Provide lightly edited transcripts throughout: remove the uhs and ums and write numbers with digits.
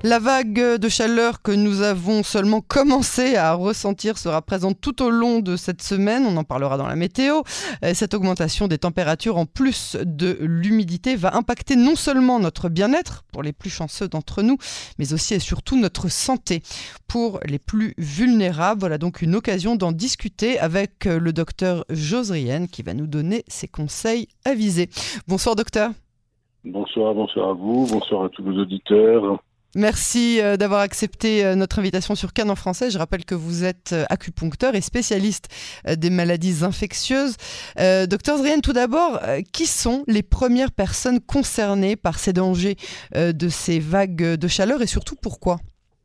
La vague de chaleur que nous avons seulement commencé à ressentir sera présente tout au long de cette semaine. On en parlera dans la météo. Cette augmentation des températures, en plus de l'humidité, va impacter non seulement notre bien-être, pour les plus chanceux d'entre nous, mais aussi et surtout notre santé. Pour les plus vulnérables, voilà donc une occasion d'en discuter avec le docteur Josrien qui va nous donner ses conseils avisés. Bonsoir docteur. Bonsoir à vous, bonsoir à tous nos auditeurs. Merci d'avoir accepté notre invitation sur Cannes en français. Je rappelle que vous êtes acupuncteur et spécialiste des maladies infectieuses. Docteur Josrien, tout d'abord, qui sont les premières personnes concernées par ces dangers de ces vagues de chaleur et surtout pourquoi ?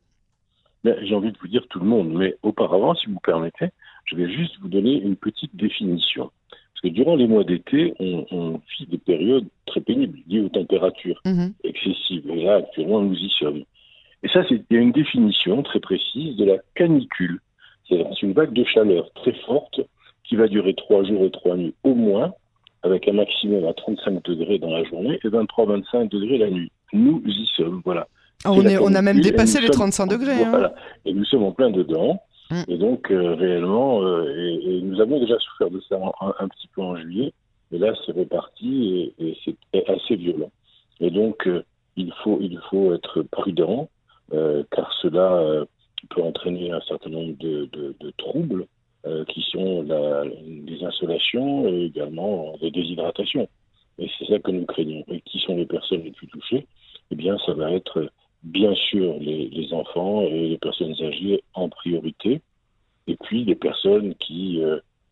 J'ai envie de vous dire tout le monde, mais auparavant, si vous permettez, je vais juste vous donner une petite définition. Parce que durant les mois d'été, on vit des périodes très pénibles liées aux températures excessives. Et là, actuellement, nous y sommes. Et ça, il y a une définition très précise de la canicule. C'est une vague de chaleur très forte qui va durer 3 jours et 3 nuits au moins, avec un maximum à 35 degrés dans la journée et 23-25 degrés la nuit. Nous y sommes, voilà. On a même dépassé les 35 degrés. Voilà. Et nous sommes en plein dedans. Et donc, réellement, et nous avons déjà souffert de ça un petit peu en juillet, mais là, c'est reparti et c'est assez violent. Et donc, il faut être prudent, car cela peut entraîner un certain nombre de troubles, qui sont des insolations et également des déshydratations. Et c'est ça que nous craignons. Et qui sont les personnes les plus touchées ? Eh bien, ça va être bien sûr les enfants et les personnes âgées en priorité, et puis les personnes qui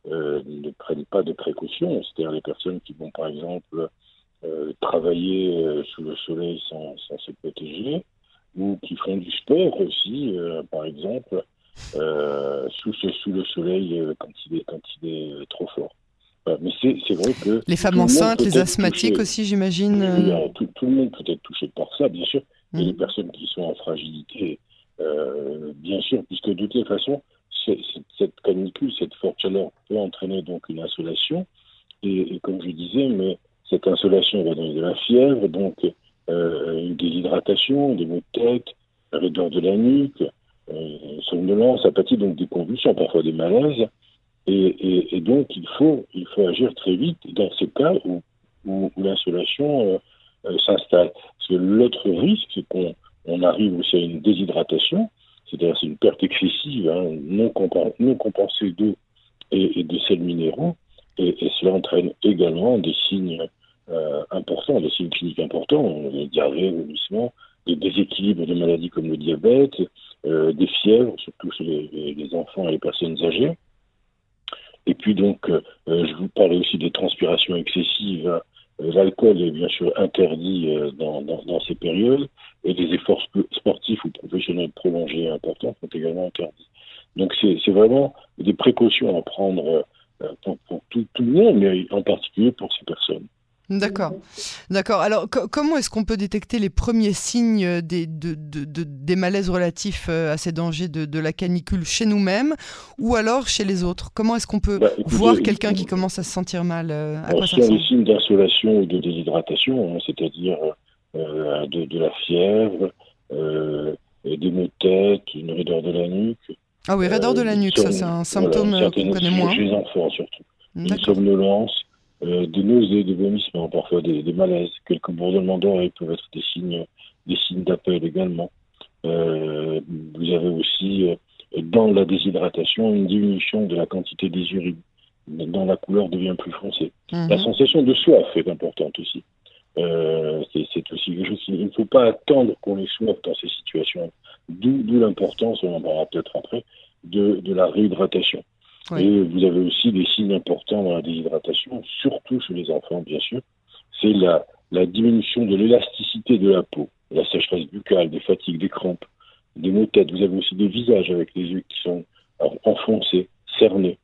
ne prennent pas de précautions, c'est-à-dire les personnes qui vont par exemple travailler sous le soleil sans se protéger, ou qui font du sport aussi, par exemple, sous le soleil quand il est trop fort. Mais c'est vrai que les femmes enceintes, les asthmatiques aussi, j'imagine. Tout le monde peut être touché par ça, bien sûr. Et les personnes qui sont en fragilité, bien sûr, puisque de toute façon, cette canicule, cette forte chaleur peut entraîner donc une insolation. Et comme je disais, mais cette insolation va donner de la fièvre, donc une déshydratation, des maux de tête, la raideur de la nuque, somnolence, apathie, donc des convulsions, parfois des malaises. Et donc, il faut agir très vite dans ces cas où l'insolation s'installe. Parce que l'autre risque, c'est qu'on arrive aussi à une déshydratation, c'est-à-dire c'est une perte excessive, non compensée d'eau et de sels minéraux, et cela entraîne également des signes importants, des signes cliniques importants, des diarrhées, vomissements, des déséquilibres de maladies comme le diabète, des fièvres, surtout chez les enfants et les personnes âgées. Et puis donc, je vous parlais aussi des transpirations excessives. L'alcool est bien sûr interdit dans ces périodes, et les efforts sportifs ou professionnels prolongés et importants sont également interdits. Donc c'est vraiment des précautions à prendre pour tout le monde, mais en particulier pour ces personnes. D'accord. Alors, comment est-ce qu'on peut détecter les premiers signes des malaises relatifs à ces dangers de la canicule chez nous-mêmes ou alors chez les autres ? Comment est-ce qu'on peut voir quelqu'un qui commence à se sentir mal ? À quoi ça ressemble ? Les signes d'insolation ou de déshydratation, c'est-à-dire de la fièvre, des maux de tête, une raideur de la nuque. Ah oui, raideur de la nuque, ça c'est un symptôme qu'on connaît moins. Chez les enfants surtout. Une somnolence. Des nausées, des vomissements, parfois des malaises, quelques bourdonnements d'oreilles peuvent être des signes d'appel également. Vous avez aussi, dans la déshydratation, une diminution de la quantité des urines, dont la couleur devient plus foncée. La sensation de soif est importante aussi. C'est aussi quelque chose qu'il ne faut pas attendre qu'on ait soif dans ces situations. D'où l'importance, on en parlera peut-être après, de la réhydratation. Oui. Et vous avez aussi des signes importants dans la déshydratation, surtout chez les enfants, bien sûr. C'est la diminution de l'élasticité de la peau, la sécheresse buccale, des fatigues, des crampes, des maux de tête. Vous avez aussi des visages avec les yeux qui sont enfoncés, cernés.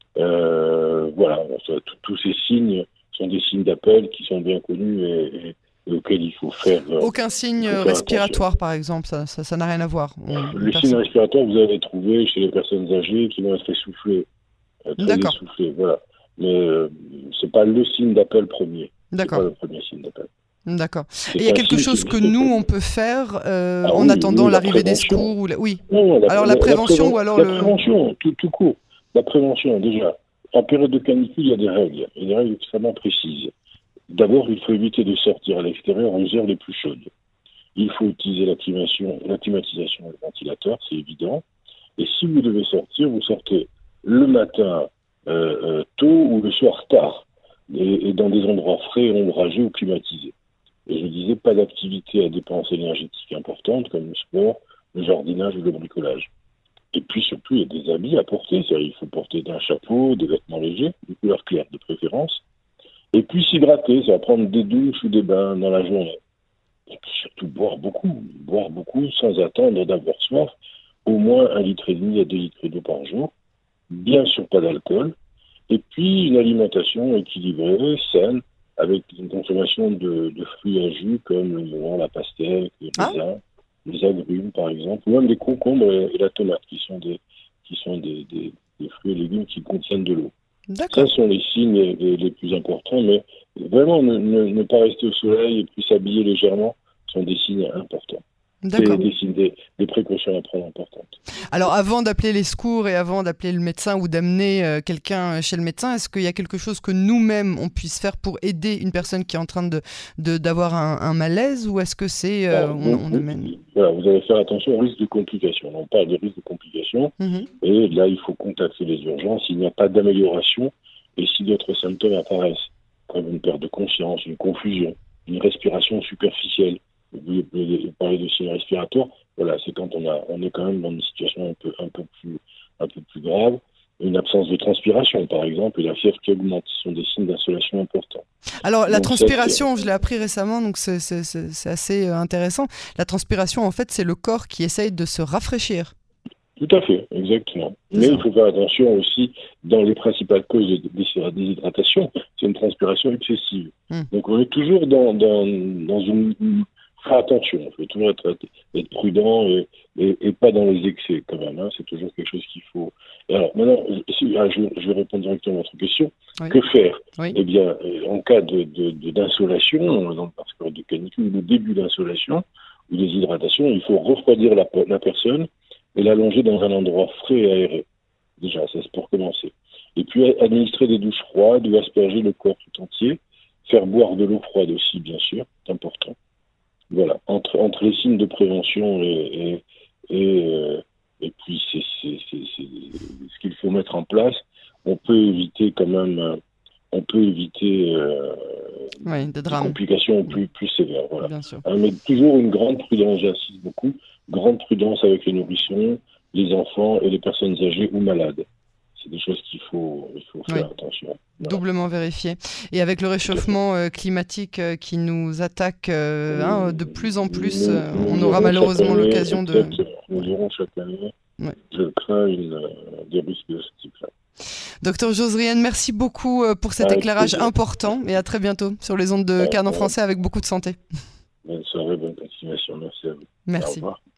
Voilà, tous ces signes sont des signes d'appel qui sont bien connus et auxquels il faut faire. Aucun signe respiratoire, par exemple, ça n'a rien à voir. Les signes respiratoires, vous allez les trouver chez les personnes âgées qui vont être essoufflées, très essoufflées, voilà. Mais c'est pas le signe d'appel premier. D'accord. C'est pas le premier signe d'appel. D'accord. Et il y a quelque chose que nous, on peut faire en attendant l'arrivée des secours Oui. Non, alors la prévention ou alors la prévention, tout court. La prévention, déjà. En période de canicule, il y a des règles. Il y a des règles extrêmement précises. D'abord, il faut éviter de sortir à l'extérieur aux heures les plus chaudes. Il faut utiliser la climatisation et le ventilateur, c'est évident. Et si vous devez sortir, vous sortez le matin tôt ou le soir tard, et dans des endroits frais, ombragés ou climatisés. Et je disais, pas d'activité à dépenses énergétiques importantes comme le sport, le jardinage ou le bricolage. Et puis surtout, il y a des habits à porter. Il faut porter un chapeau, des vêtements légers, de couleur claire de préférence. Et puis s'hydrater, ça va prendre des douches ou des bains dans la journée. Et puis surtout boire beaucoup sans attendre d'avoir soif, au moins 1,5 litre à 2 litres d'eau par jour. Bien sûr, pas d'alcool. Et puis une alimentation équilibrée, saine, avec une consommation de fruits à jus comme le melon, la pastèque, les raisins, les agrumes par exemple, ou même les concombres et la tomate qui sont des fruits et légumes qui contiennent de l'eau. Ça sont les signes les plus importants, mais vraiment ne pas rester au soleil et puis s'habiller légèrement sont des signes importants. C'est des précautions à prendre importantes. Alors avant d'appeler les secours et avant d'appeler le médecin ou d'amener quelqu'un chez le médecin, est-ce qu'il y a quelque chose que nous-mêmes on puisse faire pour aider une personne qui est en train d'avoir un malaise, ou est-ce que c'est on amène... Voilà, vous allez faire attention au risque de complications. On parle des risques de complications et là il faut contacter les urgences s'il n'y a pas d'amélioration et si d'autres symptômes apparaissent, comme une perte de conscience, une confusion, une respiration superficielle. Vous parlez de signes respiratoires, voilà, c'est quand on est quand même dans une situation un peu plus grave, une absence de transpiration par exemple, et la fièvre qui augmente, ce sont des signes d'insolation importants. Alors la transpiration, je l'ai appris récemment, donc c'est assez intéressant. La transpiration, en fait, c'est le corps qui essaye de se rafraîchir. Tout à fait, exactement. Mais il faut faire attention aussi, dans les principales causes de déshydratation, c'est une transpiration excessive. Donc on est toujours dans une... Faire attention, il faut toujours être prudent et pas dans les excès quand même. C'est toujours quelque chose qu'il faut... Et alors maintenant, je vais répondre directement à votre question. Oui. Que faire? Eh bien, en cas d'insolation, dans le période de canicule, le début d'insolation ou déshydratation, il faut refroidir la personne et l'allonger dans un endroit frais et aéré. Déjà, ça c'est pour commencer. Et puis administrer des douches froides ou asperger le corps tout entier. Faire boire de l'eau froide aussi, bien sûr, c'est important. Voilà, entre les signes de prévention et puis c'est ce qu'il faut mettre en place, on peut éviter quand même, des complications plus sévères. Voilà. Bien sûr. Mais toujours une grande prudence, j'insiste beaucoup, grande prudence avec les nourrissons, les enfants et les personnes âgées ou malades. C'est des choses qu'il faut faire attention. Voilà. Doublement vérifié. Et avec le réchauffement climatique qui nous attaque de plus en plus, on aura malheureusement l'occasion de... Nous aurons chaque année, je crains des risques de ce type-là. Docteur Josrienne, merci beaucoup pour cet éclairage important et à très bientôt sur les ondes de Cannes en français avec beaucoup de santé. Bonne soirée, bonne continuation. Merci à vous. Merci. Au revoir.